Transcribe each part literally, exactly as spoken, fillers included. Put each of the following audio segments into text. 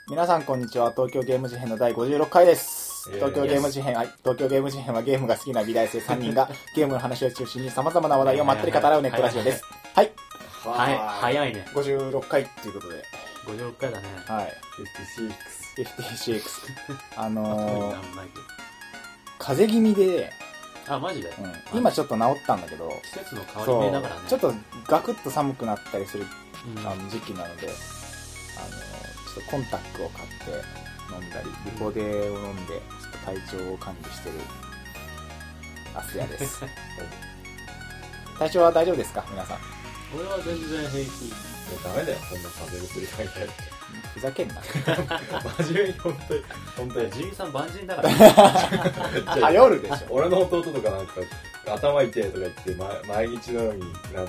皆さんこんにちは。東京ゲーム事変のだいごじゅうろっかいです。東京ゲーム事変、はい、東京ゲーム事変はゲームが好きな美大生さんにんがゲームの話を中心に様々な話題をまったり語らうネットラジオです。はい。 はい、早いね。 ごじゅうろっかいっていうことで。 ごじゅうろっかいだね。 はい。 ごじゅうろく。 ごじゅうろく。あのー、風邪気味で、 あ、マジで、 うん、今ちょっと治ったんだけど、 季節の変わり目だからね。 ちょっとガクッと寒くなったりする、 うん、 あの時期なので、あのちょっとコンタックを買って飲んだり、リポデーを飲んで、ちょっと体調を管理してるアスヤです。体調は大丈夫ですか皆さん。 俺は全然平気。 ダメだよ、そんな風邪薬買いたいって。 ふざけんな。 真面目に本当に本当にジミーさん万人だからね。夜でしょ。 俺の弟とかなんか頭痛いとか言って、ま、毎日のようになんその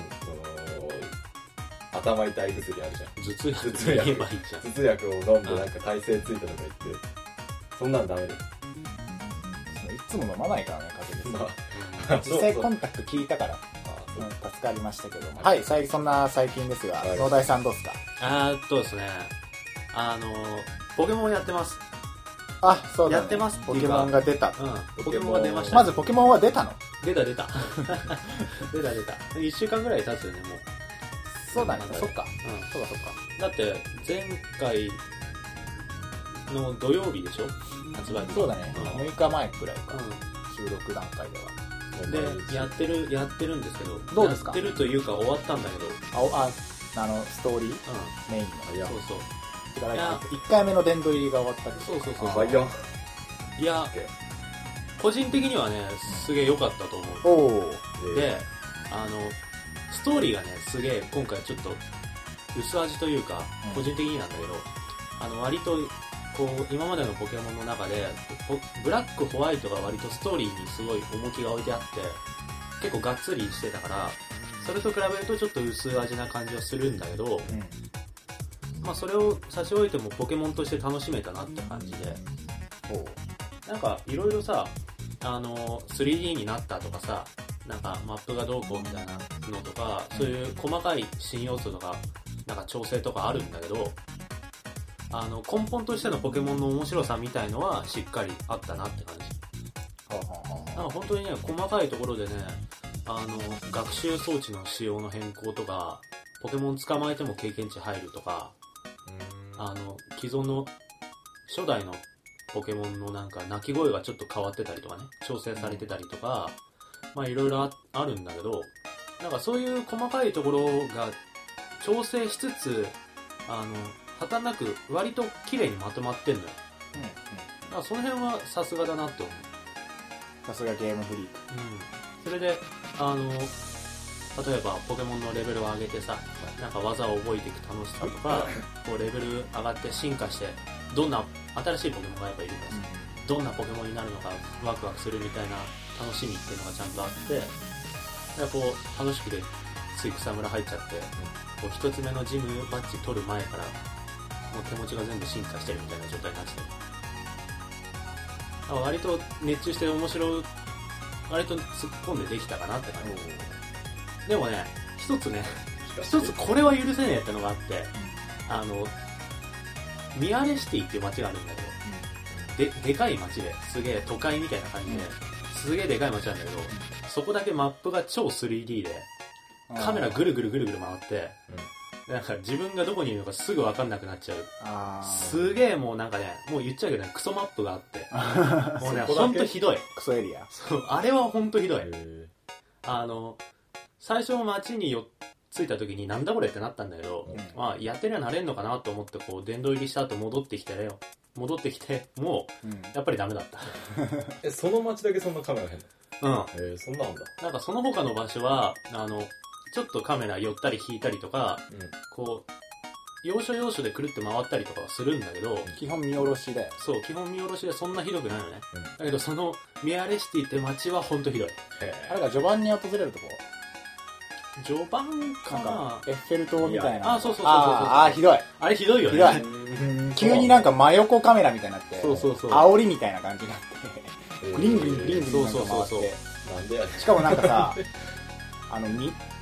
頭痛い薬あるじゃん。 頭痛薬言えばいいじゃん。 頭痛薬を飲んでなんか耐性ついたとか言って、そんなんダメだよ。 いつも飲まないからね風邪薬。 まあ、 実際コンタクト聞いたから。助かりましたけども。はい、はい、そんな最近ですが、農大さんどうですか？ あーっとですね、あのポケモンやってます。 あ、そうだ、ね、 やってますっていうか。 ポケモンが出た。 うん、ポケモンが出ました、ね。 まずポケモンは出たの？ 出た出た。出た出た。いっしゅうかんぐらい経つよね、もう。 そうだね、そっか。 うん、 そうかそっか。 だって、前回の土曜日でしょ発売日。 そうだね、 うん、 むいかまえくらいか、うん、収録段階では。 でやってるやってるんですけど、 どうですか？ やってるというか終わったんだけど、 あああのストーリー、うん、メインの、 いやそうそういやいっかいめの殿堂入りが終わったり、 そうそうそうそう、 いや個人的にはねすげえ良かったと思う。 おおであのストーリーがねすげえ今回ちょっと薄味というか、うん、個人的になんだけど、あの割とこう今までのポケモンの中でブラックホワイトが割とストーリーにすごい重きが置いてあって結構がっつりしてたから、それと比べるとちょっと薄味な感じはするんだけど、うん、まあそれを差し置いてもポケモンとして楽しめたなって感じで、うん、なんかいろいろさ、あの スリーディー になったとかさ、なんかマップがどうこうみたいなのとか、そういう細かい新要素とかなんか調整とかあるんだけど、あの根本としてのポケモンの面白さみたいのはしっかりあったなって感じ。なんか本当にね、細かいところでね、あの学習装置の仕様の変更とか、ポケモン捕まえても経験値入るとか、あの既存の初代のポケモンのなんか鳴き声がちょっと変わってたりとかね、調整されてたりとか、まあいろいろ あ, あるんだけど、なんかそういう細かいところが調整しつつ、あのはたなく割と綺麗にまとまってんのよ。うんうん、だからその辺はさすがだなって思う。 さすがゲームフリーク。 うん。それであの例えばポケモンのレベルを上げてさ、なんか技を覚えていく楽しさとか、こうレベル上がって進化してどんな新しいポケモンがやっぱいるからさ、うん、どんなポケモンになるのかワクワクするみたいな楽しみっていうのがちゃんとあって、でこう楽しくてつい草むら入っちゃって、こう一つ目のジムバッジ取る前からもう手持ちが全部進化してるみたいな状態になってて、割と熱中して面白い、割と突っ込んでできたかなって感じ。でもね、一つね、一つこれは許せねえってのがあって、うん、あのミアレシティっていう街があるんだけど、うん、で, でかい街ですげえ都会みたいな感じで、うん、すげえでかい街なんだけど、うん、そこだけマップが超 スリーディー でカメラぐるぐるぐるぐる回って、うん、なんか自分がどこにいるのかすぐ分かんなくなっちゃう。あすげえもうなんかね、もう言っちゃうけどね、クソマップがあってもうね、ほんとひどい。 クソエリア。 そう、あれはほんとひどい。あの最初街によ着いた時になんだこれってなったんだけど、うん、まあやってりゃなれんのかなと思ってこう殿堂入りした後戻ってきてよ戻ってきてもう、うん、やっぱりダメだったえ、その街だけそんなカメラ変なの？ うん。えー、そんなんだ。 なんかその他の場所はあのちょっとカメラ寄ったり引いたりとか、うん、こう要所要所でくるって回ったりとかはするんだけど、 基本見下ろしで、 そう基本見下ろしでそんなひどくないのね、うん、だけどそのミアレシティって街はほんとひどい。 あれが序盤に訪れるとこ序盤かな、 エッフェル塔みたいな。 あ、そうそうそうそうそう。 ああ、ひどい。 あれひどいよね。 ひどい。急になんか真横カメラみたいになって、 そうそうそう。 煽りみたいな感じになって、グリングリングリングリングそうそうそうそう。 なんでやねん。 しかもなんかさ、あのみ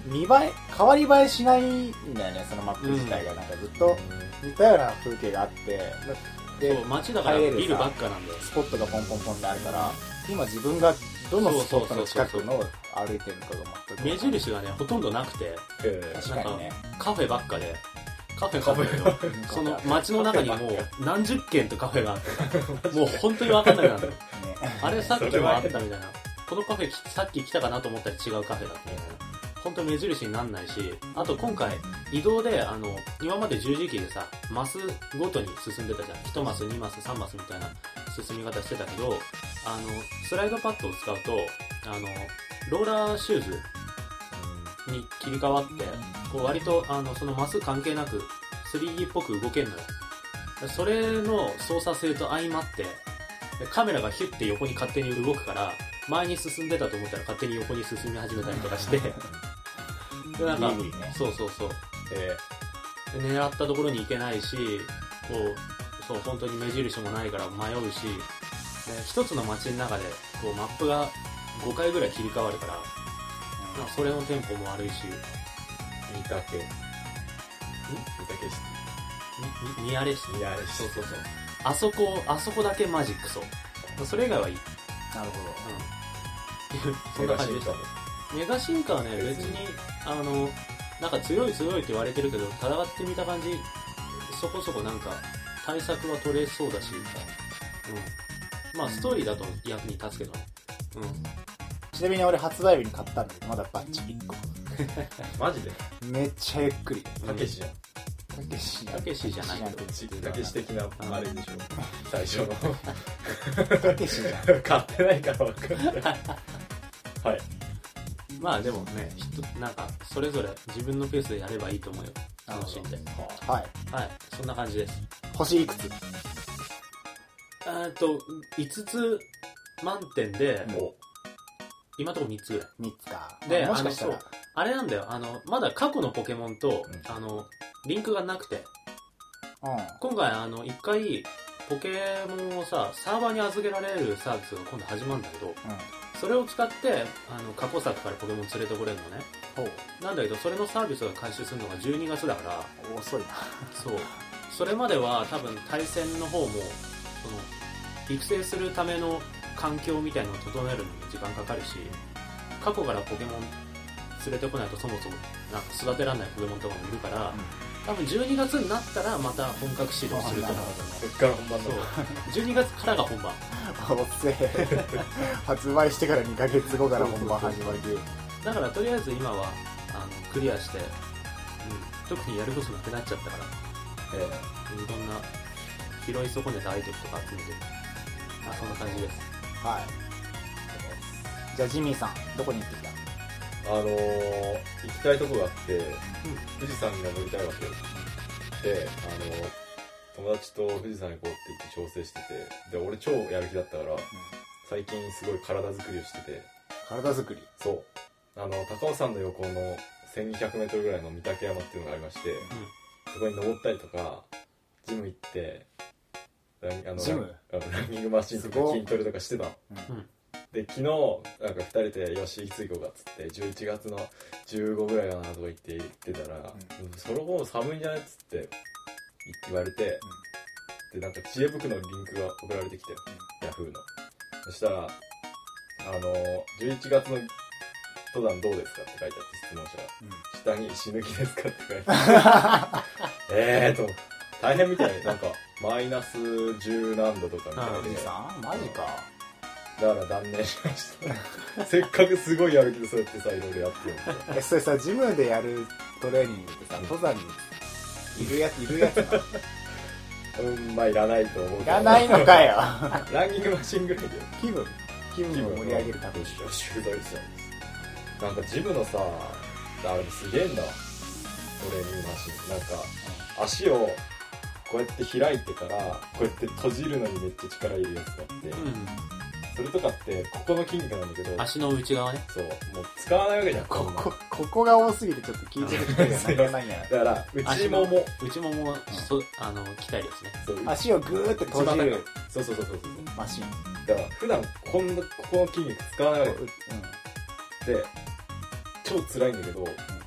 見栄え変わり映えしないんだよね、そのマップ自体が。なんかずっと似たような風景があって、 でそう街だからビルばっかなんだよ。 スポットがポンポンポンってあるから、今自分がどのスポットの近くの歩いてるのかが全く目印がねほとんどなくて、 確かにね、 カフェばっかで、カフェカフェその街の中にもう何十軒とカフェがあってもう本当に分かんないなんだよ、ね、あれさっきもあったみたいな、このカフェさっき来たかなと思ったら違うカフェだったみたいな、本当に目印になんないし、あと今回移動であの今まで十字キーでさマスごとに進んでたじゃん。いちマスにマスさんマスみたいな進み方してたけど、あのスライドパッドを使うとあのローラーシューズに切り替わって、こう割とあのそのマス関係なく スリーディー っぽく動けるのよ。それの操作性と相まってカメラがヒュッて横に勝手に動くから、前に進んでたと思ったら勝手に横に進み始めたりとかしてでなんか、 いいね、 そうそうそう、 えー、狙ったところに行けないし、こうそう本当に目印もないから迷うし、で一つの街の中でこうマップがごかいぐらい切り替わるから、うん、それのテンポも悪いし、 三宅ん三宅シみみ宮レシティ宮レシティそうそうそう、あそこあそこだけマジクソ、それ以外はいい。 なるほど、うん、そんな感じでした。メガ進化はね別にあのなんか強い強いって言われてるけど、戦ってみた感じそこそこなんか対策は取れそうだし、うん、まあストーリーだと役に立つけどね、うん、 ちなみに俺発売日に買ったんだけどまだバッチいっこマジでめっちゃゆっくり。 たけしじゃん。 たけしたけしじゃないけどたけし的なあれでしょ最初のたけしじゃん買ってないから分かんないはい。 まあでもね、なんかそれぞれ自分のペースでやればいいと思うよ、楽しんで。 はいはい、そんな感じです。 星いくつ？ えーっといつつ満点で今のところみっつぐらい。 みっつか。 で、 もしかしたらあのそうあれなんだよ、あのまだ過去のポケモンと、 うん、 あのリンクがなくて、 うん、 今回あの一回ポケモンをさサーバーに預けられるサービスが今度始まるんだけど、 うん、 それを使ってあの過去作からポケモン連れてこれるのね。 ほうなんだけどそれのサービスが開始するのがじゅうにがつだから遅いな。 そう、それまでは多分対戦の方もその育成するための環境みたいなのを整えるのに時間かかるし、過去からポケモン連れてこないとそもそもなんか育てられないポケモンとかもいるから、うん、多分じゅうにがつになったらまた本格始動すると思う。 そっから本番だ。 そうじゅうにがつからが本番おっせえ発売してからにかげつごから本番始まる。 だからとりあえず今はあのクリアして、うん、特にやることなくなっちゃったから、えー、いろんな拾い損ねたアイテムとか集めて、まあそんな感じです。 はい。じゃあジミーさんどこに行ってきた？ あのー、行きたいとこがあって、うん、富士山に登りたいわけよ。で、あのー、友達と富士山に行こうって言って調整してて、で俺超やる気だったから、うん、最近すごい体作りをしてて。 体作り？ そう。あの高尾山の横のせんにひゃくメートルぐらいの御嶽山っていうのがありまして、うん、そこに登ったりとかジム行ってあのジムランニングマシンとか筋トレとかしてたの、うん、で昨日なんかふたりでよしいつ行こうかっつってじゅういちがつのじゅうごぐらいかなとか言って言ってたら、うん、その方寒いんじゃないっつって言われて、うん、でなんか知恵袋のリンクが送られてきたよ、うん、ヤフーの。そしたらあのじゅういちがつの登山どうですかって書いてあって質問したら、うん、下に死ぬ気ですかって書いてあってえーと大変みたいになんかマイナスじゅうなんどとかみたいでさマジかだから断念しましたせっかくすごいやる気でそうやってさいろいろやってるんですよ。 えそれさジムでやるトレーニングってさ登山にいるやついるやつなうんまあいらないと思うけどいらないのかよランニングマシンぐらいで気分気分を盛り上げるために修造しちゃうんです。なんかジムのさあれすげえんだトレーニングマシンなんか足をこうやって開いてからこうやって閉じるのにめっちゃ力いるやつがあって、うん、それとかってここの筋肉なんだけど足の内側ねそうもう使わないわけじゃんここここが多すぎてちょっと聞いてる人がなかないんやだから内もも内ももは、うん、そあの鍛えるやつねそう足をグーって閉じるそうそうそうそうそうマシンだから普段こんなここの筋肉使わないわけ、うん、で超辛いんだけど、うん、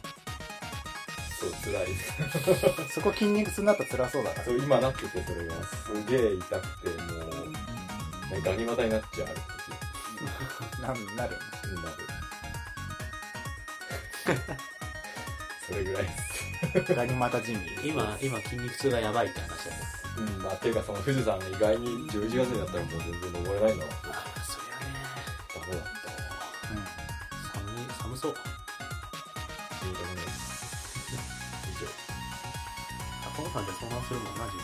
そう辛いそこ筋肉痛になったら辛そうだな。 そう今なってて、それがすげえ痛くて、もうねガニ股になっちゃうななるなるそれぐらいですガニ股ジミー。 今今筋肉痛がやばいって話だね。 うん、まあっていうかその富士山意外にじゅういちがつになったらもう全然登れないの。 ああそりゃねダメだったわ。 寒い寒そう。 死にたくないです。以上。 高尾山で遭難するもんなジミ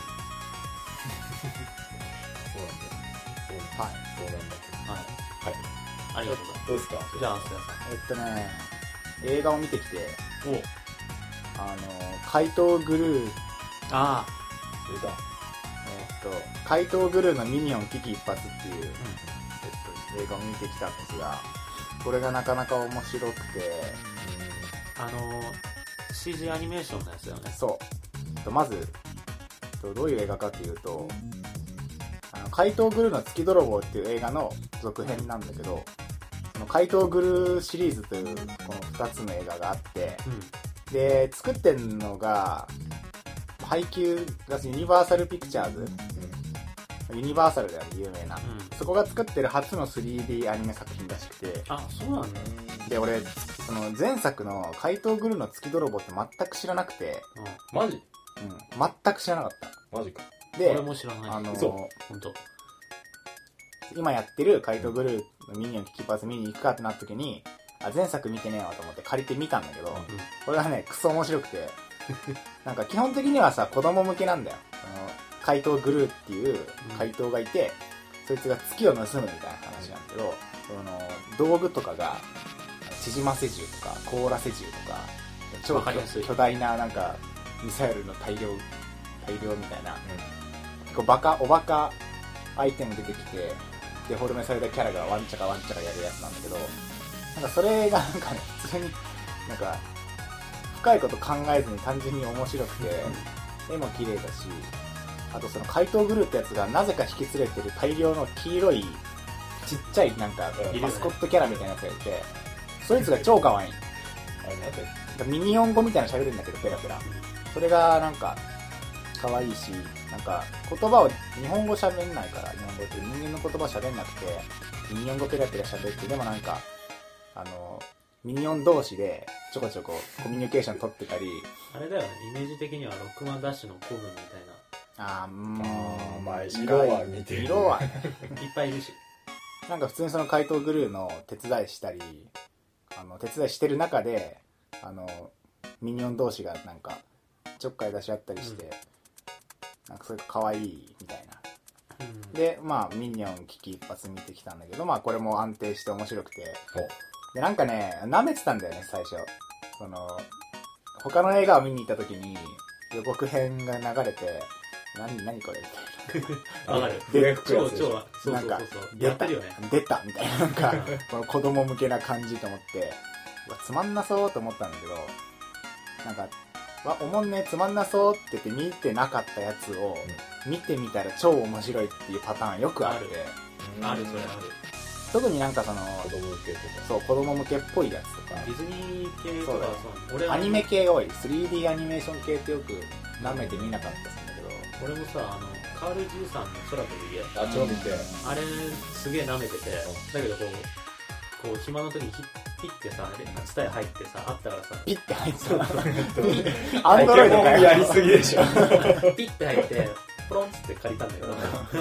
そうなんだよ。そうなんだ。 はい。 そうなんだけど。 はいはい。 ありがとうございます。 どうですか。 じゃあすやさえっとね、映画を見てきて、 ん。おあの、怪盗グルー、 あ出た。 えっと、怪盗グルーのミニオン危機一髪っていう、えっと、映画を見てきたんですが、これがなかなか面白くて、 ああのー、シージー アニメーションのやつだよね。 そう。えっとまず、えっとどういう映画かっていうと、あの怪盗グルーの月泥棒っていう映画の続編なんだけど、その怪盗グルーシリーズというこのふたつの映画があって、 うん。 で、作ってんのが、配給がユニバーサルピクチャーズ、ユニバーサルである有名な、 うん。 そこが作ってる初の スリーディー アニメ作品らしくて、 あ、そうなんだ。 で、俺、その前作の怪盗グルーの月泥棒って全く知らなくて、 マジ？ うん、全く知らなかった。 マジか。 で、 俺も知らない。 あの嘘ほんと。 今やってる怪盗グルーのミニオン危機一髪見に行くかってなった時に、あ、前作見てねえわと思って借りてみたんだけど、これがね、クソ面白くて、なんか基本的にはさ、子供向けなんだよ。あの怪盗グルーっていう怪盗がいて、そいつが月を盗むみたいな話なんだけど、その道具とかが、縮ませ銃とか、凍らせ銃とか、超わかりやすい巨大ななんか、ミサイルの大量、大量みたいな、結構バカ、おバカアイテム出てきて、デフォルメされたキャラがワンチャカワンチャカやるやつなんだけど、なんかそれがなんかね、普通に、なんか、深いこと考えずに単純に面白くて、絵も綺麗だし、あとその怪盗グルーってやつがなぜか引き連れてる大量の黄色い、ちっちゃいなんか、マスコットキャラみたいなやつがいて、そいつが超可愛い。 あれなんで？ ミニオン語みたいなの喋るんだけど、ペラペラ。それがなんか、可愛いし、なんか、言葉を日本語喋んないから、日本語って人間の言葉喋んなくて、ミニオン語ペラペラ喋って、でもなんか、あの、ミニオン同士でちょこちょこコミュニケーション取ってたり、 あれだよね、イメージ的にはロックマンダッシュの古文みたいあー、うーん、 あーまあ色は似てる色はね、 な。いっぱいいるし。 なんか普通にその怪盗グルーの手伝いしたり、あの、手伝いしてる中で、あの、ミニオン同士がなんか、ちょっかい出し合ったりして、うん、なんかそれが可愛いみたいな。うん、で、まあ、ミニオン危機一髪見てきたんだけど、まあ、これも安定して面白くて。で、なんかね、舐めてたんだよね、最初。その、他の映画を見に行った時に、予告編が流れて、何、何これみたいな。 わかる。 で、 超、超、そうなんか、 やってるよね。 出たみたいな、なんか、この子供向けな感じと思って、うわつまんなそうと思ったんだけど、なんか、わ、おもんねつまんなそうって言って見てなかったやつを、見てみたら超面白いっていうパターンよくあって。 ある、それある。 特になんかその、 子供向けとか。 そう、子供向けっぽいやつとか。 ディズニー系とか、 そう俺アニメ系多い。スリーディー アニメーション系ってよく舐めて見なかったんだけど。 俺もさ、あの、カールじいさんの空飛ぶ家。 あ、超見て。 あれ、すげえ舐めてて、だけどこう、こう、暇の時にピッてさ、ツタヤ入ってさ、あったからさ、 ピッて入ってた。アンドロイドかよ。 やりすぎでしょ。 ピッて入って、ポロンっつって借りたんだけど。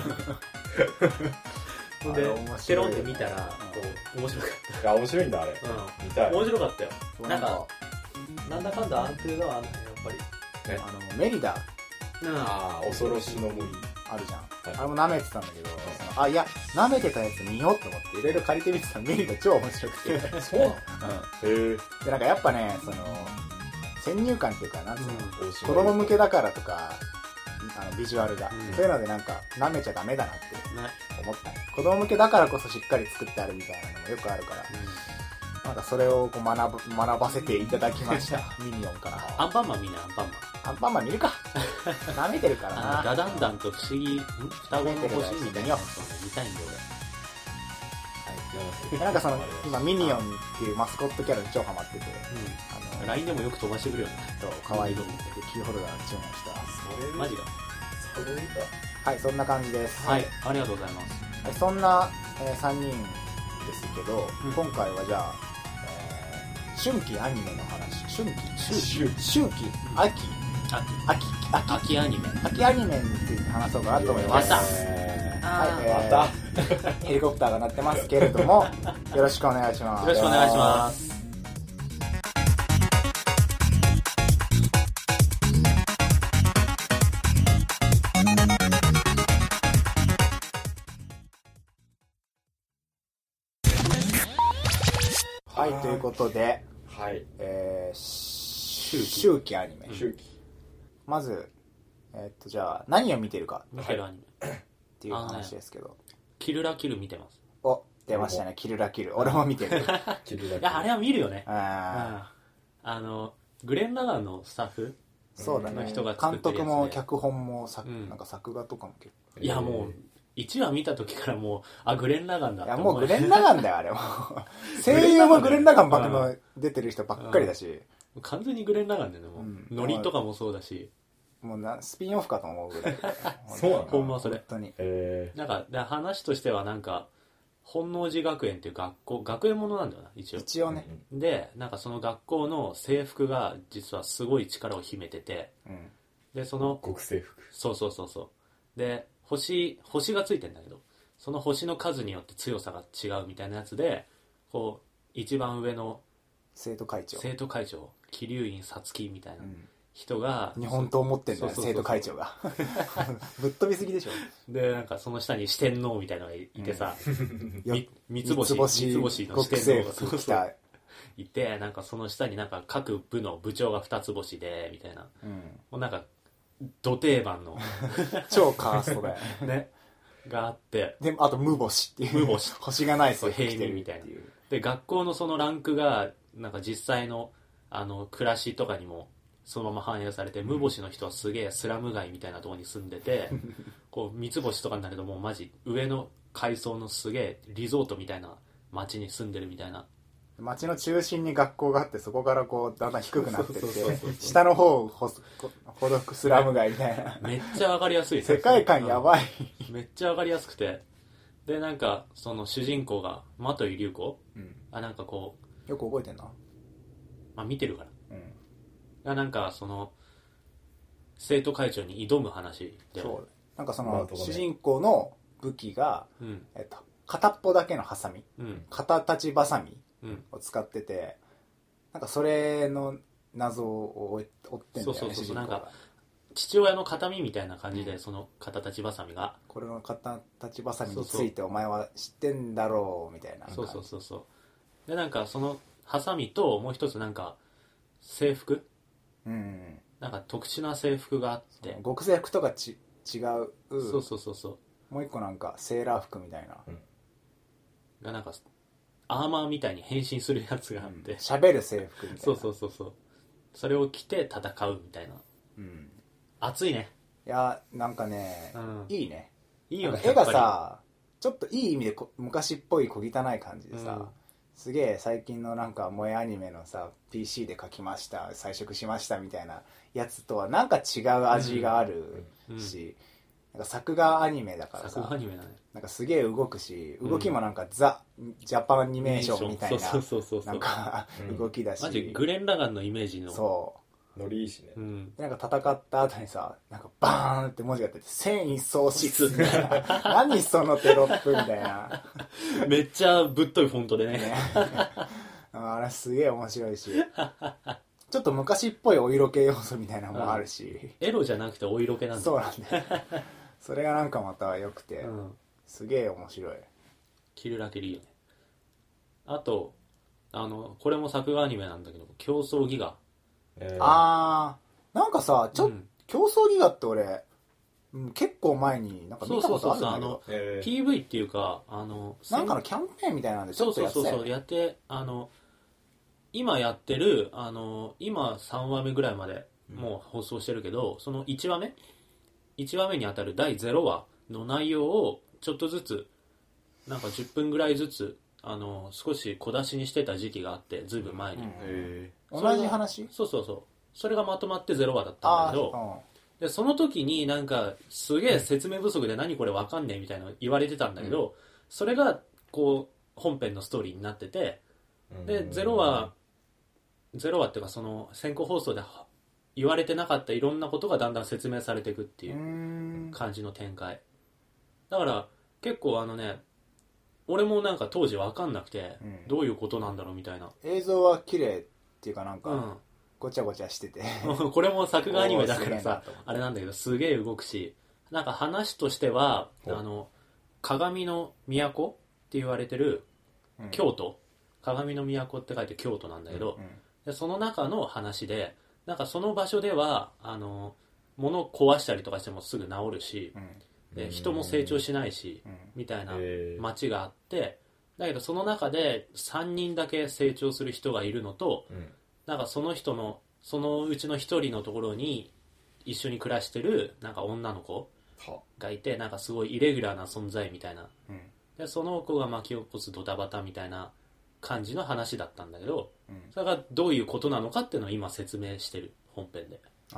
ほんで、ペロンって見たら、こう、面白かった。 いや、面白いんだ、あれ。見たい。 面白かったよ。なんか、なんだかんだ安定があるね、やっぱり。 あの、メリダ。 ああ、恐ろしの森。 あるじゃん。あれも舐めてたんだけど、あ、いや、舐めてたやつ見ようと思って、いろいろ借りてみてたらメリダ超面白くて。 そうなの？ うん。へえ。で、なんかやっぱね、その、先入観っていうか、なんつうの、子供向けだからとか、あのビジュアルが、うん、そういうのでなんか舐めちゃダメだなって思ったね。子供向けだからこそしっかり作ってあるみたいなのもよくあるから、うん、なんかそれをこう学ぶ学ばせていただきましたミニオンから。 アンパンマン見なアンパンマン。 アンパンマン見るか。舐めてるからな。 ダダンダンと不思議双子の星みたいなの見たいんだよ俺。 はい。 なんかその今ミニオンっていうマスコットキャラに超ハマってて、 うん、あの ライン でもよく飛ばしてくるよね。 そう可愛いと思ってキーホルダー注文した。 それマジか。 それか。 はい、そんな感じです。 はい、ありがとうございます。 そんな、えー、さんにんですけど、うん、今回はじゃあ、えー、春季アニメの話。春季秋季秋季秋秋秋秋アニメ秋アニメについて話そうかなと思います。はい、えー、またヘリコプターが鳴ってますけれども、よろしくお願いします。 よろしくお願いします。 はい、ということで、 はい、 えー、秋季アニメ。 秋季。 まず、えー、っとじゃあ何を見てるか見てるアニメっていう話ですけど、ね、 キルラキル見てます。 お、出ましたね、キルラキル。俺も見てる。 キルラキル。いや、あれは見るよね。 あ、 うん、あのグレン・ラガンのスタッフそうだね、 の人が作ってるやつ、ね、 監督も脚本も作、うん、なんか作画とかも結構、 いやもういちわ見た時からもうあグレン・ラガンだって思う。いやもうグレン・ラガンだよあれも声優もグレン・ラガンばっかの出てる人ばっかりだし、 うん、完全にグレン・ラガンだよね。もう、うん、ノリとかもそうだし、 もうなスピンオフかと思うぐらいそうなのほんまそれ本当に、 えー、 なんか話としてはなんか本能寺学園っていう学校学園ものなんだよな一応一応ね。 でなんかその学校の制服が実はすごい力を秘めてて、うん、でその極制服そうそうそうそうで星星がついてんだけどその星の数によって強さが違うみたいなやつでこう一番上の生徒会長生徒会長桐生院さつきみたいな人が、 うん、日本刀持ってんだよ生徒会長がぶっ飛びすぎでしょ。 でなんかその下に四天王みたいなのがいてさ、うん、三つ星三つ星の四天王がそうそういてなんかその下になんか各部の部長が二つ星でみたいな、うん、もうなんかド定番の超カーストだよねがあってであと無星っていう無星星がないそう平民みたいなで学校のそのランクがなんか実際のあの暮らしとかにもそのまま反映されて、うん、無星の人はすげえスラム街みたいなところに住んでてこう三つ星とかになるともうマジ上の階層のすげえリゾートみたいな街に住んでるみたいな街の中心に学校があってそこからこうだんだん低くなってって下の方をほほどくスラム街みたいなめっちゃわかりやすい世界観やばいめっちゃわかりやすくてでなんかその主人公が的井龍子、うん、あなんかこうよく覚えてんな、 まあ、見てるから、うん、がなんかその生徒会長に挑む話でそうなんかその主人公の武器が、うんえっと、片っぽだけのハサミ、うん、片立ちバサミを使ってて、なんかそれの謎を追ってんだよね。そうそうそうなんか父親の形見みたいな感じで、うん、その片立ちバサミがこれの片立ちバサミについてお前は知ってんだろうみたいなそうそうそうそうでなんかそのハサミともう一つなんか制服、うん、なんか特殊な制服があって極制服とかち違うそうそうそうそうもう一個なんかセーラー服みたいな、うん、 がなんかアーマーみたいに変身するやつがあって喋、うん、る制服みたいなそうそうそうそうそれを着て戦うみたいな、うん、熱いねいやなんかね、うん、いいねいいよね絵がさちょっといい意味で昔っぽい小汚い感じでさ、うん、すげえ最近のなんか萌えアニメのさ ピーシー で描きました彩色しましたみたいなやつとはなんか違う味があるし、うんうんなんか作画アニメだからさ作画アニメだねなんかすげえ動くし動きもなんかザ・ジャパンアニメーションみたいななんか動きだし、 マジグレン・ラガンのイメージのそうノリいいしね、 うん、なんか戦った後にさなんかバーンって文字が出て戦意喪失みたいな何そのテロップみたいなめっちゃぶっといフォントでねねあれすげえ面白いしちょっと昔っぽいお色気要素みたいなのもあるし、うん、 エロじゃなくてお色気なんだそうなんだよそれがなんかまた良くて、うん、すげえ面白いキルラキルいいよねあとあのこれも作画アニメなんだけど競争ギガ、 えー、あーなんかさちょ、うん、競争ギガって俺、うん、結構前になんか見たことあるんだけどそうそうそうあの、 えー、ピーブイ っていうかあのなんかのキャンペーンみたいなんでちょっとやってたよねそうそうそうやってあの今やってるあの今さんわめぐらいまでもう放送してるけど、うん、そのいちわめいちわめにあたるだいゼロわの内容をちょっとずつなんかじゅっぷんぐらいずつあの少し小出しにしてた時期があってずいぶん前に、 うん、同じ話？ そうそうそう、それがまとまってゼロ話だったんだけど、でその時になんかすげえ説明不足で何これわかんねえみたいなの言われてたんだけど、うん、それがこう本編のストーリーになってて、でゼロ話ゼロ話っていうかその先行放送で言われてなかったいろんなことがだんだん説明されていくっていう感じの展開だから、結構あのね、俺もなんか当時分かんなくて、うん、どういうことなんだろうみたいな。 映像は綺麗っていうかなんか、うん、ごちゃごちゃしててこれも作画アニメだからさあれなんだけど、すげえ動くし、なんか話としてはあの鏡の都って言われてる京都、うん、鏡の都って書いて京都なんだけど、うんうん、でその中の話で、なんかその場所ではあの物を壊したりとかしてもすぐ治るし、うん、で人も成長しないし、うん、みたいな街があって、だけどその中でさんにんだけ成長する人がいるのと、うん、なんかその人のそのうちのひとりのところに一緒に暮らしてるなんか女の子がいて、なんかすごいイレギュラーな存在みたいな、うん、でその子が巻き起こすドタバタみたいな感じの話だったんだけど、うん、それがどういうことなのかっていうのを今説明してる本編で。あ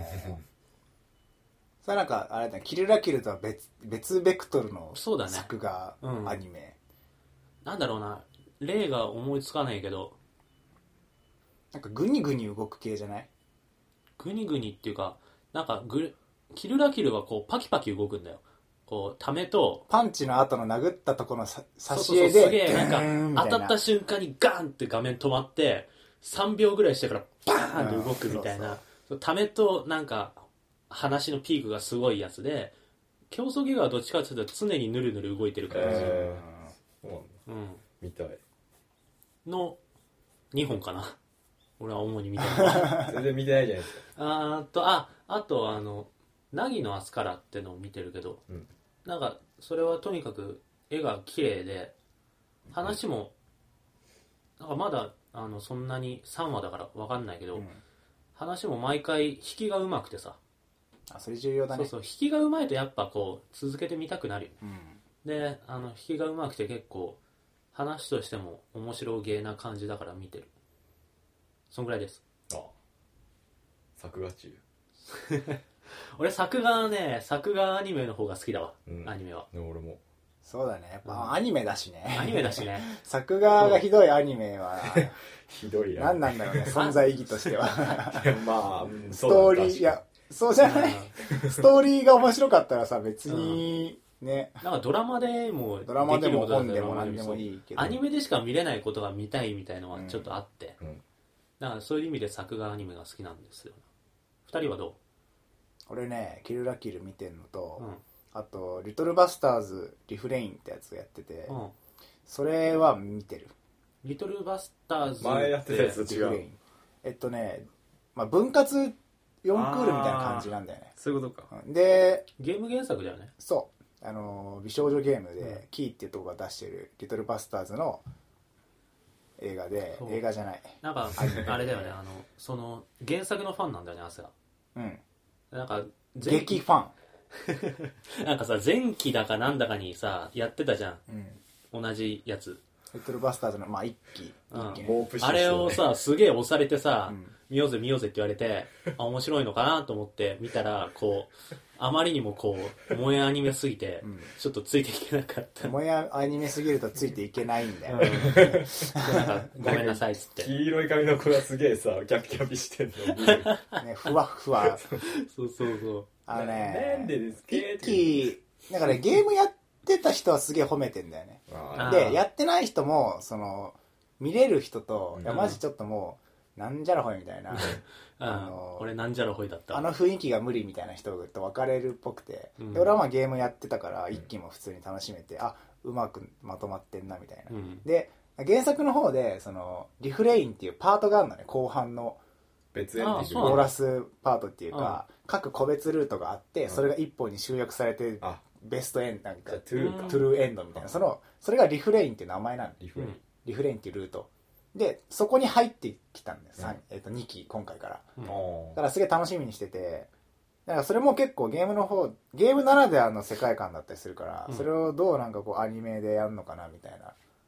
それなんかあれだね、キルラキルとは別別ベクトルの作画、ね、うん、アニメなんだろうな、例が思いつかないけど、 なんかグニグニ動く系じゃない？ グニグニっていうか、なんかグキルラキルはこうパキパキ動くんだよ。こうためとパンチの後の殴ったところのさ挿絵で、 すげえなんか当たった瞬間にガーンって画面止まってさんびょうぐらいしてからバーンって動くみたいな、うん、ためとなんか話のピークがすごいやつで、競争ギガはどっちかっていうと常にヌルヌル動いてる感じ、えー、そうなんだ、うん、 見たいのにほんかな俺は主に見た全然見てないじゃないですか。 あとああとあの凪のアスカラってのを見てるけど、うん、なんかそれはとにかく絵が綺麗で話もなんかまだあのそんなにさんわだから分かんないけど、うん、話も毎回引きがうまくてさ、 あそれ重要だね。 そうそう、引きがうまいとやっぱこう続けてみたくなるよ、うん、であの引きがうまくて結構話としても面白げな感じだから見てる。そんぐらいです。あ作画中俺作画ね、作画アニメの方が好きだわ、うん、アニメは。 俺もそうだね、やっぱアニメだしね、 アニメだしね作画がひどいアニメはひどいや何なんだろうね、存在意義としてはまあ、うん、 ストーリー、いやそうじゃないストーリーが面白かったらさ別にね、 うん、なんかドラマでもドラマでも本でも何でもいいけど、 アニメでしか見れないことが見たいみたいのはちょっとあって、うんうん、だからそういう意味で作画アニメが好きなんですよ。二人はどう？ 俺ね、キルラキル見てんのと、うん、あとリトルバスターズリフレインってやつをやってて、うん、それは見てる。 リトルバスターズ前やってたやつと違う。 えっとね、まあ、分割よんクールみたいな感じなんだよね。 そういうことか。 でゲーム原作だよね。 そうあの美少女ゲームで、うん、キーっていうとこが出してるリトルバスターズの映画で、映画じゃない、 なんかあれだよね、あのその原作のファンなんだよね、アスヤ。 うんなんか激ファンなんかさ前期だかなんだかにさやってたじゃん、うん、同じやつリトルバスターズのまあ一期、 うん、あれをさすげえ押されてさ、うん、見ようぜ見ようぜって言われてあ面白いのかなと思って見たらこうあまりにもこう萌えアニメすぎて、うん、ちょっとついていけなかった。 萌えアニメすぎるとついていけないんだよ、うん、 なんかごめんなさいっつって黄色い髪の子がすげえさキャピキャピしてんのね、ふわふわそうそうそうあのねなんでですか一期だからゲームやってた人はすげえ褒めてんだよね。でやってない人もその見れる人と、うん、いやマジちょっともうなんじゃらほいみたいなあの俺なんじゃらほいだったあの雰囲気が無理みたいな人と分かれるっぽくて、うん、で俺はまあゲームやってたから一期も普通に楽しめて、うん、あうまくまとまってんなみたいな、うん、で原作の方でそのリフレインっていうパートがあるのね、後半の別エンディングコーラスパートっていうか、各個別ルートがあって、それが一本に集約されてベストエンドなんかトゥルーエンドみたいな、そのそれがリフレインっていう名前なの。 リフレイン、 リフレインっていうルートでそこに入ってきたんです、うんえー、とにき今回から、うん、だからすげえ楽しみにしてて、だからそれも結構ゲームの方ゲームならではの世界観だったりするから、うん、それをどうなんかこうアニメでやるのかなみたいな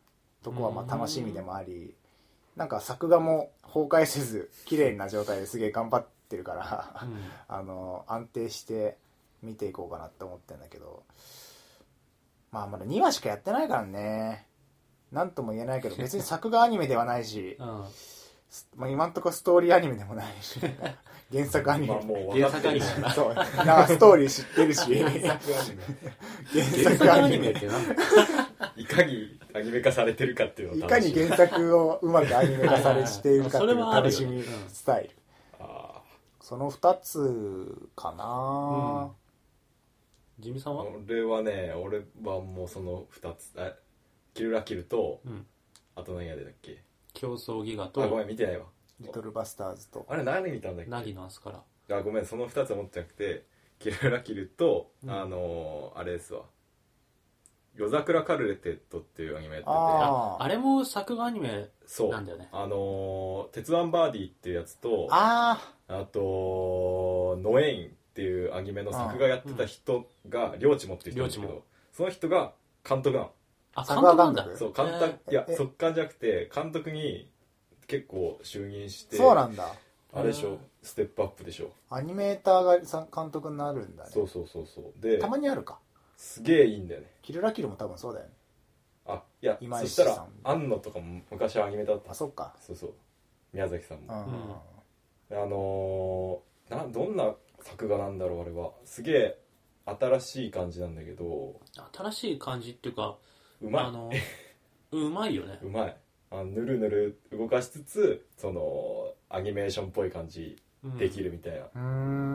とこはまあ楽しみでもあり、なんか作画も崩壊せず綺麗な状態ですげえ頑張ってるから、うん、あの安定して見ていこうかなって思ってるんだけど、まあまだにわしかやってないからね、なんとも言えないけど別に作画アニメではないし、うん、まあ、今んとこストーリーアニメでもないし原作アニメ、まあ、もう原作アニメだなそうなんかストーリー知ってるし原作アニメ原作アニメって何いかにアニメ化されてるかっていうのをいかに原作をうまくアニメ化されしているかっていう楽しみスタイル、うん、あそのふたつかな、 うん、ジミさんは？ 俺はね、俺はもうそのふたつ、あキルラキルと、うん、あと何やでだっけ、 競争ギガと、 あごめん見てないわ、 リトルバスターズと、 あれ何見たんだっけ、 ナギのアスカラ、 あごめんそのふたつは持ってなくて、キルラキルと、うん、あのー、あれですわ、夜桜カルテットっていうアニメやってて、 あ, あれも作画アニメなんだよね。 そう、あのー、鉄腕バーディーっていうやつと、 ああとノエインっていうアニメの作画やってた人が領地持ってる人なんですけど、その人が監督なの。 あ、監督なんだ。 そう、監督、いや速監じゃなくて監督に結構就任して、 そうなんだ、 あれでしょ、ステップアップでしょ、 アニメーターが監督になるんだね。 そうそうそうそう、でたまにあるか、 すげえいいんだよね。 キルラキルも多分そうだよね。 あ、いや、そしたら庵野とかも昔はアニメだった。 あ、そっか。 そうそう、宮崎さんも、 うん、 あのー、などんな作画なんだろうあれは。すげえ新しい感じなんだけど、 新しい感じっていうか、 うまい、 あのうまいよね。 うまい、あぬるぬる動かしつつそのアニメーションっぽい感じできるみたいな、うん、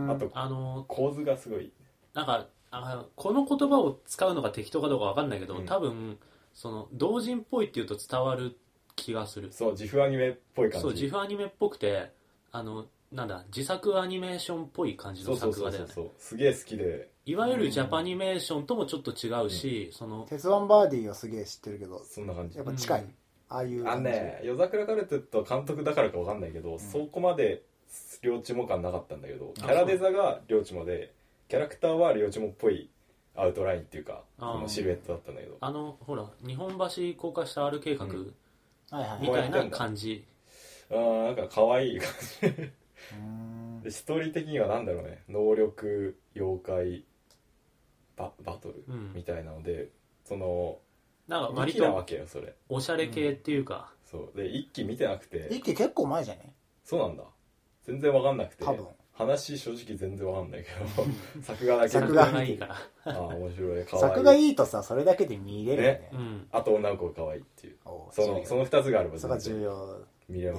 あとあの構図がすごい、 なんかあこの言葉を使うのが適当かどうか分かんないけど、うん、多分その同人っぽいっていうと伝わる気がする。 そう、自負アニメっぽい感じ。 そう、自負アニメっぽくて、あのなんだ自作アニメーションっぽい感じの作画だよね。 そうそうそうそう、すげえ好きで、 いわゆるジャパニメーションともちょっと違うし、うん、その鉄腕バーディーはすげえ知ってるけど、 そんな感じ、 やっぱ近い、うん、ああいう感じ。 あのね、夜桜カルテット監督だからか分かんないけど、うん、そこまで両チモ感なかったんだけど、キャラデザが両チモでキャラクターは両チモっぽいアウトラインっていうか、そのシルエットだったんだけど、 あのほら日本橋高架下 R 計画、うん、みたいな感じ、 あーなんか可愛い感じで、ストーリー的にはなんだろうね、能力妖怪 バ, バトル、うん、みたいなので、そのなんか割とおしゃれ系っていうか、 うん、そうで一期見てなくて、 一期結構前じゃね。 そうなんだ、全然分かんなくて、 多分話正直全然分かんないけど作画だけ作画がいいからああ面白い、可愛い、 作画いいとさ、それだけで見れるよね、 うん、あと女の子が可愛いっていう、そのそのふたつがあればそれが重要、 見れます、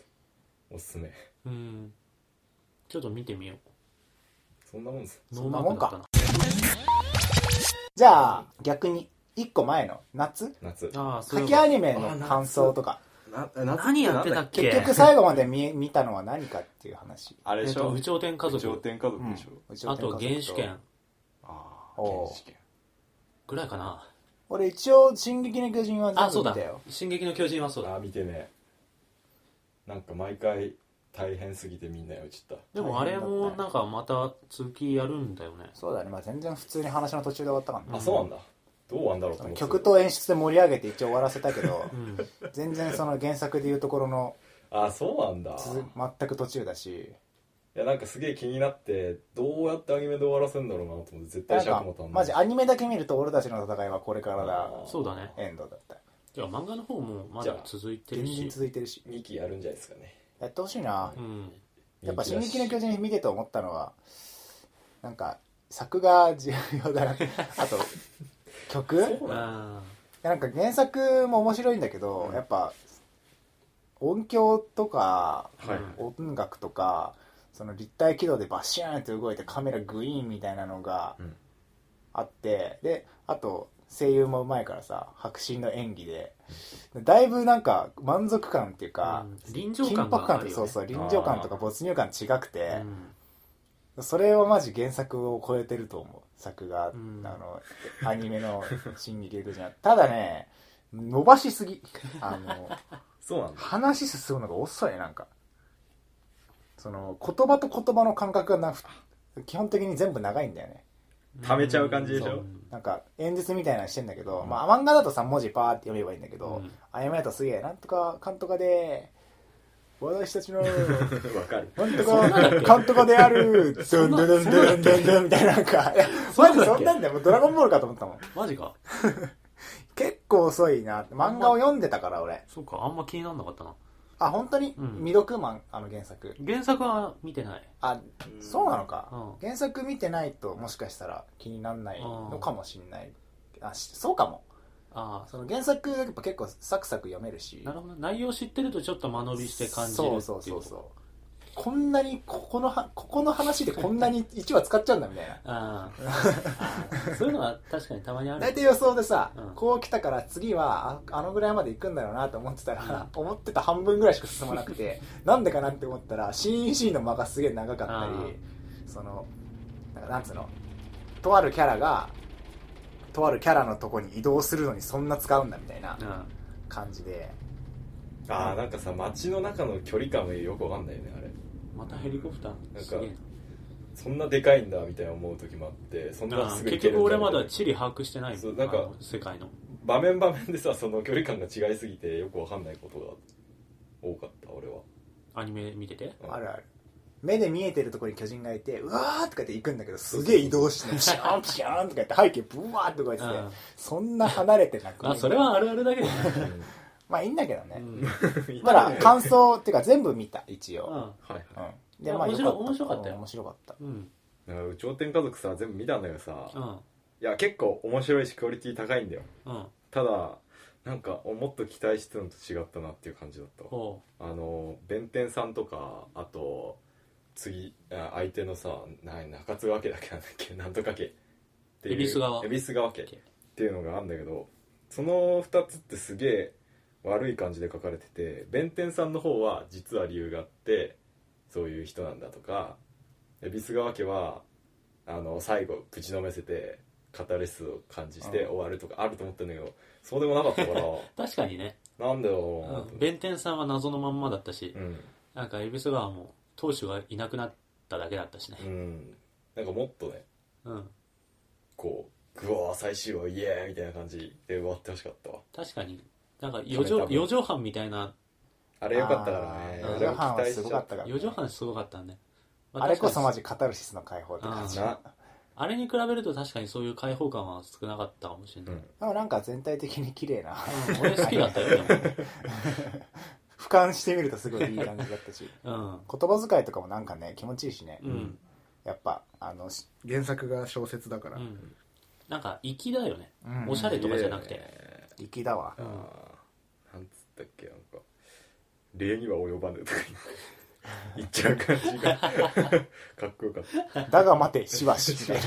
おすすめ。 うん、ちょっと見てみよう。 そんなもんです。 そんなもんか。じゃあ逆にいっこまえの夏夏夏季アニメの感想とか、 な何やってたっけ。 結局最後まで 見, 見たのは何かっていう話。 あれでしょ、 有頂天家族、 有頂天家族でしょ、 うん、あと原始圏、 ああ原始圏ぐらいかな。 俺一応進撃の巨人は全部見たよ。 あ、そうだ、進撃の巨人はそうだ。 あ、見てね、なんか毎回大変すぎてみんなやっちゃった。 でもあれもなんかまた続きやるんだよね。 そうだね、まあ、全然普通に話の途中で終わったからね。 あ、そうなんだ、どう終わんだろうと思って、 曲と演出で盛り上げて一応終わらせたけど、うん、全然その原作でいうところのあ、そうなんだ、 全く途中だし、 いやなんかすげえ気になって、どうやってアニメで終わらせるんだろうなと思って、絶対尺も足んない。 マジアニメだけ見ると俺たちの戦いはこれからだ、 そうだね、 エンドだった。 じゃあ漫画の方もまだ続いてるし、 全然続いてるし、 にきやるんじゃないですかね。 やってほしいな、 うん、 やっぱ進撃の巨人見てて思ったのは、なんか作画重要だなあと曲、なんか原作も面白いんだけど、うん、やっぱ音響とか、はい、音楽とか、その立体軌道でバシーンって動いてカメラグイーンみたいなのがあって、うん、であと声優もうまいからさ、迫真の演技で、うん、だいぶなんか満足感っていうか、 うん、臨場感があるよね。 そうそう、臨場感とか没入感違くて、うん、それはマジ原作を超えてると思う、作画、うん、あのアニメの進撃の巨人。ただね、伸ばしすぎ、あのそうなんだ、 話進むのが遅い。なんかその言葉と言葉の間隔がな基本的に全部長いんだよね。 溜めちゃう感じでしょ。 なんか演説みたいなのしてんだけど、うん、まあ漫画だとさ文字パーって読めばいいんだけど、うん、アニメだとすげえなんとかかんとかで私たちのわかるなんとかかんとかであるドゥンドゥドゥンドゥンドゥンドゥンみたいななんかマジそんなんだよ。もうドラゴンボールかと思ったもん。 マジか結構遅いなって。漫画を読んでたから俺。 そうか、あんま気にならなかったな。 あ、本当に、うん、未読マン、あの原作。 原作は見てない。 あ、そうなのか、うん、原作見てないともしかしたら気にならないのかもしれない。あ、そうかも。あ、その原作やっぱ結構サクサク読めるし。 なるほど。内容知ってるとちょっと間延びして感じるっていう。 そうそうそうそう。こんなにここのはここの話でこんなにいちわ使っちゃうんだみたいな。ああそういうのは確かにたまにある。 大体予想でさ、うん、こう来たから次は あ, あのぐらいまで行くんだろうなと思ってたら、うん、思ってた半分ぐらいしか進まなくてなんでかなって思ったら シーイーシー の間がすげえ長かったり、そのなんかなんつうの、とあるキャラがとあるキャラのとこに移動するのにそんな使うんだみたいな感じで、 うん、ああなんかさ街の中の距離感がよくわかんないよねあれ。 またヘリコプターなんかそんなでかいんだみたいな思う時もあって、そんなすぐ結局俺まだ地理把握してないもん。そうなんか世界の場面場面でさその距離感が違いすぎてよくわかんないことが多かった俺は。 アニメ見てて、 うん、あるある。目で見えてるところに巨人がいてうわーとかって行くんだけどすげえ移動してピシャーンピシャーンとか言って背景ブワーってこうやって、うん、そんな離れてなくあそれはあるあるだけどねまあいいんだけどね、うん、まだ感想っていうか全部見た一応、うんはいはいうん、でまあ面白面白かったよ。 面白かった、 うん、なんか頂点家族さ全部見たんだけどさ、うん、いや結構面白いしクオリティ高いんだよ、うん、ただなんかもっと期待してたのと違ったなっていう感じだった。あの弁天さんとかあと次相手のさ中津川家だけなんだっけなんとか家っていう恵比寿川恵比寿川家っていうのがあるんだけど、そのふたつってすげえ悪い感じで書かれてて、弁天さんの方は実は理由があってそういう人なんだとか、恵比寿川家はあの最後ぶちのめせてカタルシスを感じして終わるとかあると思ってるんだけど、そうでもなかったから確かにね、 なんだよな、 うん、弁天さんは謎のまんまだったし、うん、なんか恵比寿川も当主がいなくなっただけだったしね、 うん、なんかもっとね、うん、こうグワー最終話イエーイみたいな感じで終わってほしかったわ。 確かになんか四畳四畳半みたいなあれよかったからね。 四畳半はすごかったから、ね、 四畳半すごかったんで、 まあ、あれこそマジカタルシスの解放って感じ。 あ, あれに比べると確かにそういう解放感は少なかったかもしれない、うん、 でもなんか全体的に綺麗な、 うん、俺好きだったよでも俯瞰してみるとすごいいい感じだったし、うん、言葉遣いとかもなんかね気持ちいいしね、うん、やっぱあの原作が小説だから、うん、 なんか粋だよね、うん、おしゃれとかじゃなくて粋だわ、うん、 なんつったっけ、なんか礼には及ばぬとか言っちゃう感じがかっこよかった。 だが待てしばしみたい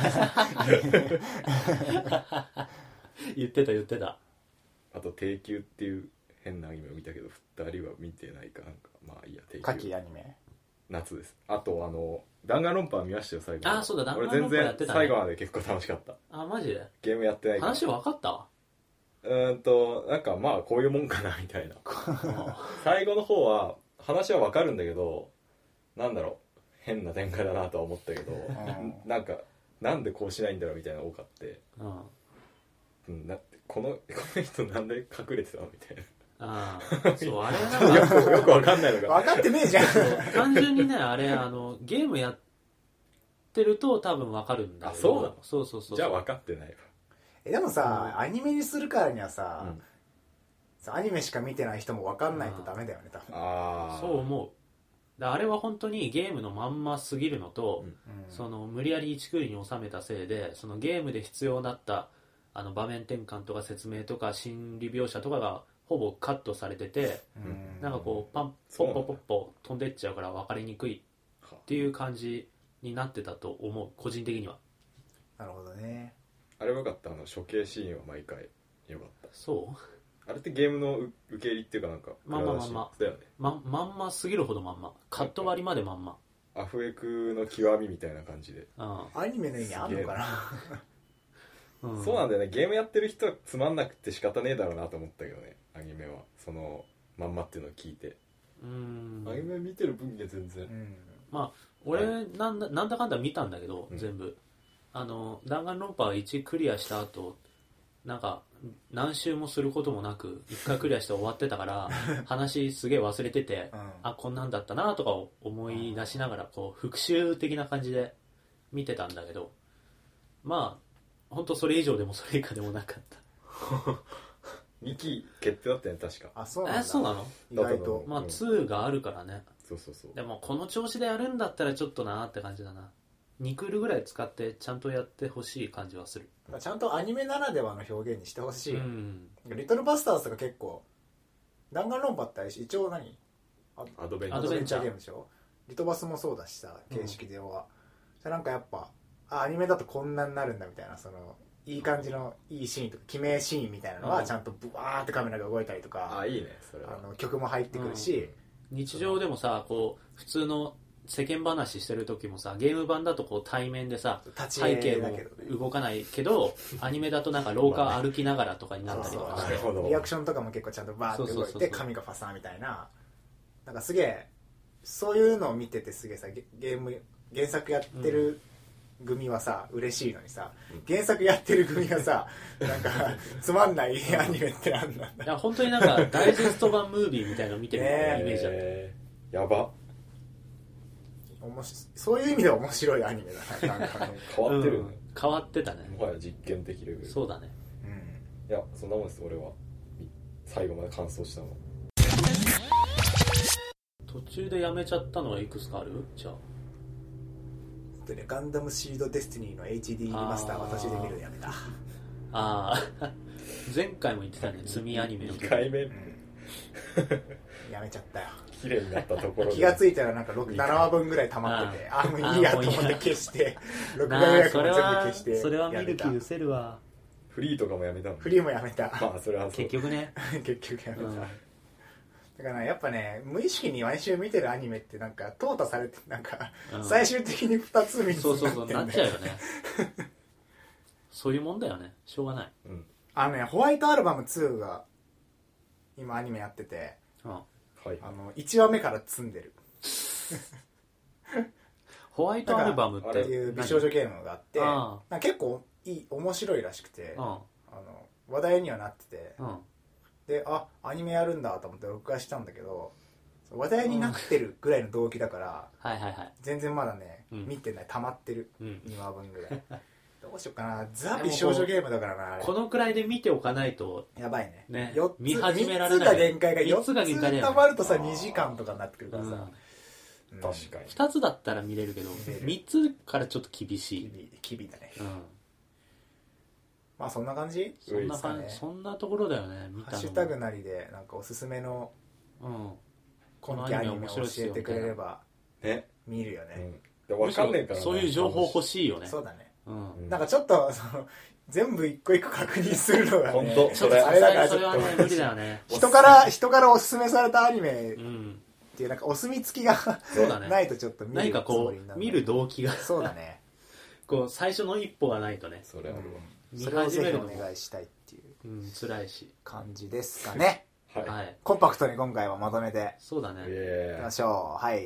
な言ってた言ってた。 あと定休っていう変なアニメを見たけどふたりは見てないかなんか、まあいいや。定休夏季アニメ夏です。あとあの弾丸論破見ましたよ最後。 あそうだ弾丸論破やってた、ね、俺全然最後まで結構楽しかった。 あマジでゲームやってないから話分かったわ。 うーんとなんかまあこういうもんかなみたいな最後の方は話は分かるんだけどなんだろう変な展開だなとは思ったけどなんかなんでこうしないんだろうみたいなの多かって、うん、なこのこの人なんで隠れてたのみたいな。ああそうあれなんかよくよく分かんないのが分かってねえじゃん単純にねあれあのゲームやってると多分分かるんだけど。あそうなの。 そうそうそう。 じゃあ分かってないわ。 えでもさ、うん、アニメにするからにはさ、うん、アニメしか見てない人も分かんないとダメだよね多分。 あそう思う。あれは本当にゲームのまんますぎるのと、うん、その無理やり一クールに収めたせいでそのゲームで必要だったあの場面転換とか説明とか心理描写とかがほぼカットされてて、うん、なんかこうパンポッポッポッポ飛んでっちゃうから分かりにくいっていう感じになってたと思う個人的には。 なるほどね。 あれはよかった。あの処刑シーンは毎回よかった。 そうあれってゲームの受け入りっていうかなんかまあまあまあまあ、ね、ま, まんますぎるほどまんまカット割りまでまんまアフエクの極みみたいな感じで。 ああアニメの意味あんのかなうん、そうなんだよね。ゲームやってる人はつまんなくて仕方ねえだろうなと思ったけどねアニメはそのまんまっていうのを聞いて。うーんアニメ見てる分には全然、うん、 まあ俺、はい、なんだなんだかんだ見たんだけど、うん、全部あの弾丸論破はいちクリアした後なんか何周もすることもなくいっかいクリアして終わってたから話すげえ忘れてて、うん、あこんなんだったなとかを思い出しながらこう復習的な感じで見てたんだけど、まあ本当それ以上でもそれ以下でもなかったにき決定だったね確か。 あそうなんだ。 えそうなの？ 意外とまあにがあるからね。 そうそうそう。 でもこの調子でやるんだったらちょっとなーって感じだな。にクールぐらい使ってちゃんとやってほしい感じはする。 ちゃんとアニメならではの表現にしてほしい、 うん、 リトルバスターズとか結構弾丸論破って一応何アドベンチャーゲームでしょ。リトバスもそうだしさ形式では、うん、なんかやっぱあアニメだとこんなになるんだみたいな、そのいい感じのいいシーンとか記名シーンみたいなのはちゃんとブワーってカメラが動いたりとか、 あいいねそれは。 あの曲も入ってくるし、 うん、日常でもさこう普通の世間話してる時もさゲーム版だとこう対面でさ背景も動かないけどアニメだとなんか廊下歩きながらとかになったりとかして、 リアクションとかも結構ちゃんとバーって動いて髪がファサーみたいな、なんかすげえそういうのを見ててすげえさゲーム原作やってる組はさ嬉しいのにさ、原作やってる組がさなんかつまんないアニメってなんなんだ。 いや本当になんかダイジェスト版ムービーみたいなの見てるイメージだった、えー、やばおもしそういう意味では面白いアニメだね。なんかね変わってる、うん、 変わってたね。 もはや実験的レベル。 そうだね、 うん、いやそんなもんです俺は最後まで完走したの。 途中でやめちゃったのはいくつかある？じゃあで、ね、ガンダムシードデスティニーの エイチディー リマスター私で見るのやめた。 ああ前回も言ってたね積みアニメのにかいめ、うん、 やめちゃったよ。 綺麗になったところで気がついたらなんかろく、ななわぶんぐらい溜まってて、ああもういいやと思って消して録画予約も全部消して、 それは見る気失せるわ。 フリーとかもやめたの？ フリーもやめた。 まあそれは結局ね結局やめた、うん、だから、ね、やっぱね無意識に毎週見てるアニメってなんか淘汰されてなんか、うん、最終的にふたつみっつになってんだよ。 そうそうそうなっちゃうよねそういうもんだよね、しょうがない、 うん、あのねホワイトアルバムツーが今アニメやってて、うんはい、あのいちわめから積んでるホワイトアルバムっていう美少女ゲームがあってあなんか結構いい面白いらしくて、うん、あの話題にはなってて、うん、であアニメやるんだと思って録画したんだけど話題になってるぐらいの動機だから、 うん、はいはいはい、 全然まだね、うん、見てない溜まってる、うん、にわぶんぐらいどうしようかな、ザ美少女ゲームだからなあれこのくらいで見ておかないとやばいね、 ねよっつ見始められない。 みっつが限界がよっつが限界だよね。 溜まるとさにじかんとかになってくるからさ、 うん、確かにふたつだったら見れるけどみっつからちょっと厳しい。 厳しいだね、うん、まあそんな感じそんな感じ、ね、そんなところだよね。見たのハッシュタグなりでなんかおすすめの今期アニメを教えてくれれば見るよね、 うん、分かんねえからそういう情報欲しいよね。 そうだね、うん、なんかちょっとその全部一個一個確認するのがね本当それあれだからちょっと、ね、無理だよね人から人からおすすめされたアニメっていうなんかお墨付きがないとちょっと見る何かこう見る動機がそうだねこう最初の一歩がないとねそれあるわ、 うん、それをぜひお願いしたいっていう、 うん、辛いし感じですかねはい、 コンパクトに今回はまとめてそうだねいきましょう。はい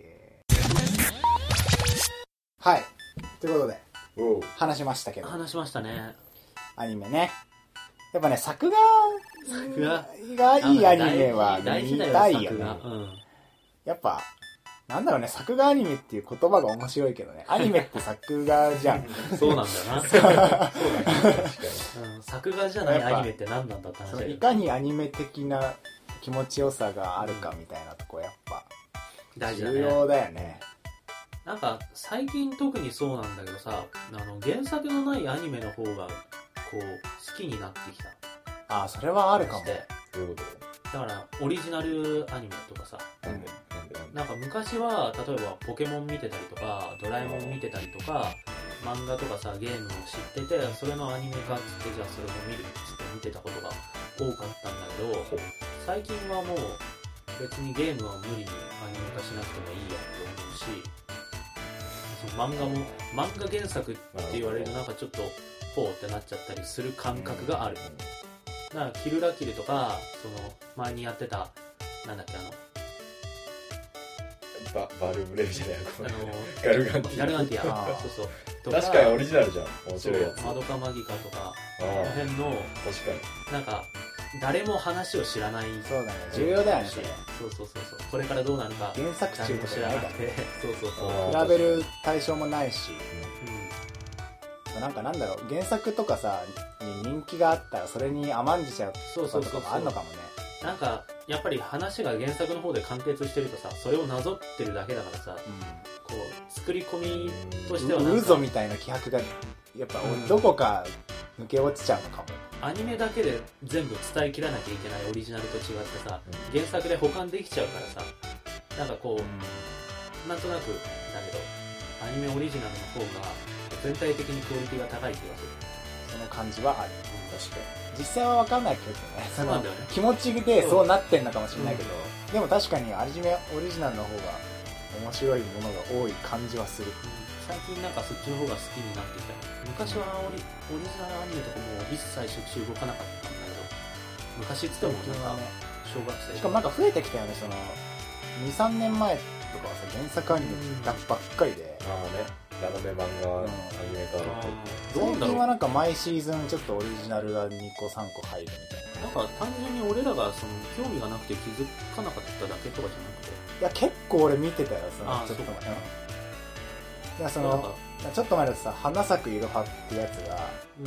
はいということで話しましたけど話しましたねアニメねやっぱね作画作画がいいアニメは見たいよね、 うん、 やっぱなんだろうね作画アニメっていう言葉が面白いけどねアニメって作画じゃんそうなんだなそうだね、確かに、うん、作画じゃないアニメって何なんだって話だよ。 いかにアニメ的な気持ちよさがあるかみたいなとこやっぱ大事だね、 重要だよね。 なんか最近特にそうなんだけどさあの原作のないアニメの方がこう好きになってきた。 ああそれはあるかも。 どういうことだからオリジナルアニメとかさ、 うん、 なんか昔は例えばポケモン見てたりとかドラえもん見てたりとか漫画とかさゲームを知っててそれのアニメ化っつってじゃあそれも見るっつって見てたことが多かったんだけど最近はもう別にゲームは無理にアニメ化しなくてもいいやって思うしその漫画も漫画原作って言われるとなんかちょっとほうってなっちゃったりする感覚がある。だからキルラキルとかその前にやってたなんだっけあのババルブレイじゃないあのー、 ガルガンティアガルガンティアそうそうとか確かにオリジナルじゃん面白いやつマドカマギカとかあこの辺の確かになんか誰も話を知らないそうだね重要だよねそれそうそうそうそうこれからどうなるか原作中とかじゃないからねそうそうそうあ比べる対象もないし、 うん、 なんかなんだろう原作とかさに人気があったらそれに甘んじちゃうそうそうそうそうとかもあんのかもねなんかやっぱり話が原作の方で完結してるとさそれをなぞってるだけだからさ、こう作り込みとしてはなんかウゾみたいな気迫がやっぱどこか抜け落ちちゃうのかも、 アニメだけで全部伝えきらなきゃいけないオリジナルと違ってさ、原作で保管できちゃうからさなんかこう、うん、なんとなくだけどアニメオリジナルの方が全体的にクオリティが高い気がするその感じはある、 うん、 確かに実際は分かんないけどねそうなんだよね気持ちでそうなってんのかもしれないけど、うん、でも確かにアニメオリジナルの方が面白いものが多い感じはする、うん、 最近なんかそっちの方が好きになってきた昔はオリ、オリジナルアニメとかも一切触手動かなかったんだけど昔っつってもなんか小学生しかもなんか増えてきたよねその にさんねんまえとかはさ原作アニメだばっかりで、 ああねラノベ漫画アニメ化最近はなんか毎シーズンちょっとオリジナルがにこさんこ入るみたいななんか単純に俺らがその興味がなくて気づかなかっただけとかじゃなくていや結構俺見てたよそのあちょっと前いやそのちょっと前だとさ花咲くいろはってやつが、うん、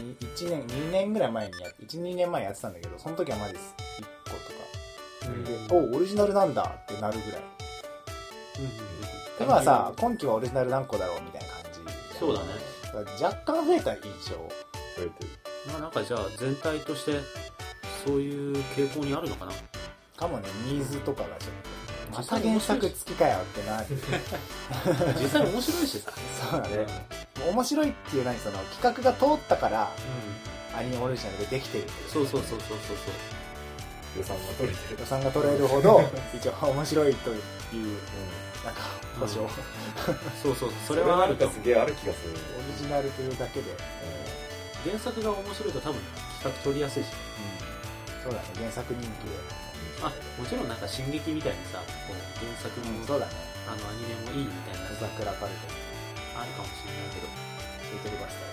いちねんにねんぐらい前にやいちにねんまえにやってたんだけどその時はマジですいっことか、うん、でおオリジナルなんだってなるぐらい、うんうんうん、今はさ今期はオリジナル何個だろうみたいな感じそうだね若干増えた印象増えてるまあなんかじゃあ全体としてそういう傾向にあるのかなかもねニーズとかがちょっとまた原作付きかよってな実際面白いしさそうだね面白いっていう何その企画が通ったから、うん、アニメオリジナルでできてるっていう、ね、 そうそうそうそうそう予算が取れてる予算が取れるほど一応面白いという、うん、なんか保証、うん、 そうそうそれはあるかすげえある気がするオリジナルというだけで、 うん、原作が面白いと多分企画取りやすいし、 うん、そうだね原作人気であもちろんなんか進撃みたいにさこう原作も、 うん、そうだねあのアニメもいいみたいな桜パルトあるかもしれないけどレトルバス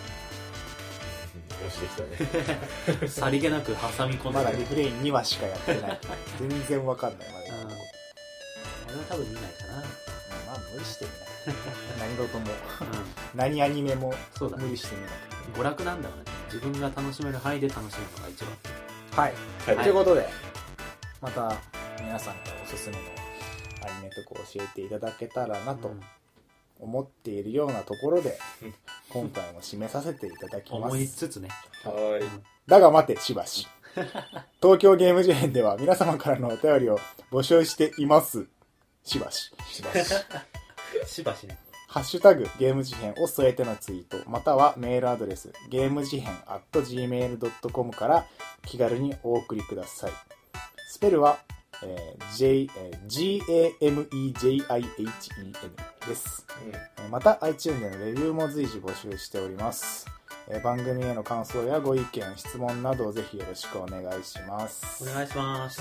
ターですか押してきたねさりげなく挟み込んでまだリフレインにわしかやってない全然わかんないまだ、 うん、俺は多分見ないかな、 まあ無理してみない何事も、うん、何アニメも無理してみない娯楽なんだろうね自分が楽しめる範囲で楽しむのが一番はい、はい、ということでまた皆さんからおすすめのアニメとか教えていただけたらなと思っているようなところで、うん、今回も締めさせていただきます思いつつねはいだが待てしばし東京ゲーム事変では皆様からのお便りを募集していますしばししばししばしねハッシュタグゲーム事変を添えてのツイートまたはメールアドレスゲーム事変 アットジーメールドットコム から気軽にお送りくださいスペルは、えー J えー、ジーエーエムイージェイアイエイチイーエヌ です、うん、また iTunes でのレビューも随時募集しております、えー、番組への感想やご意見質問などをぜひよろしくお願いしますお願いします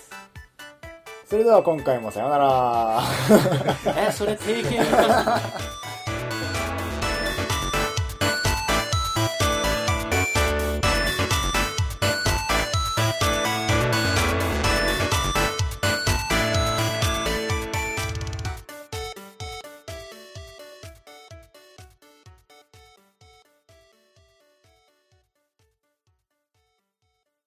それでは今回もさよならえそれ定型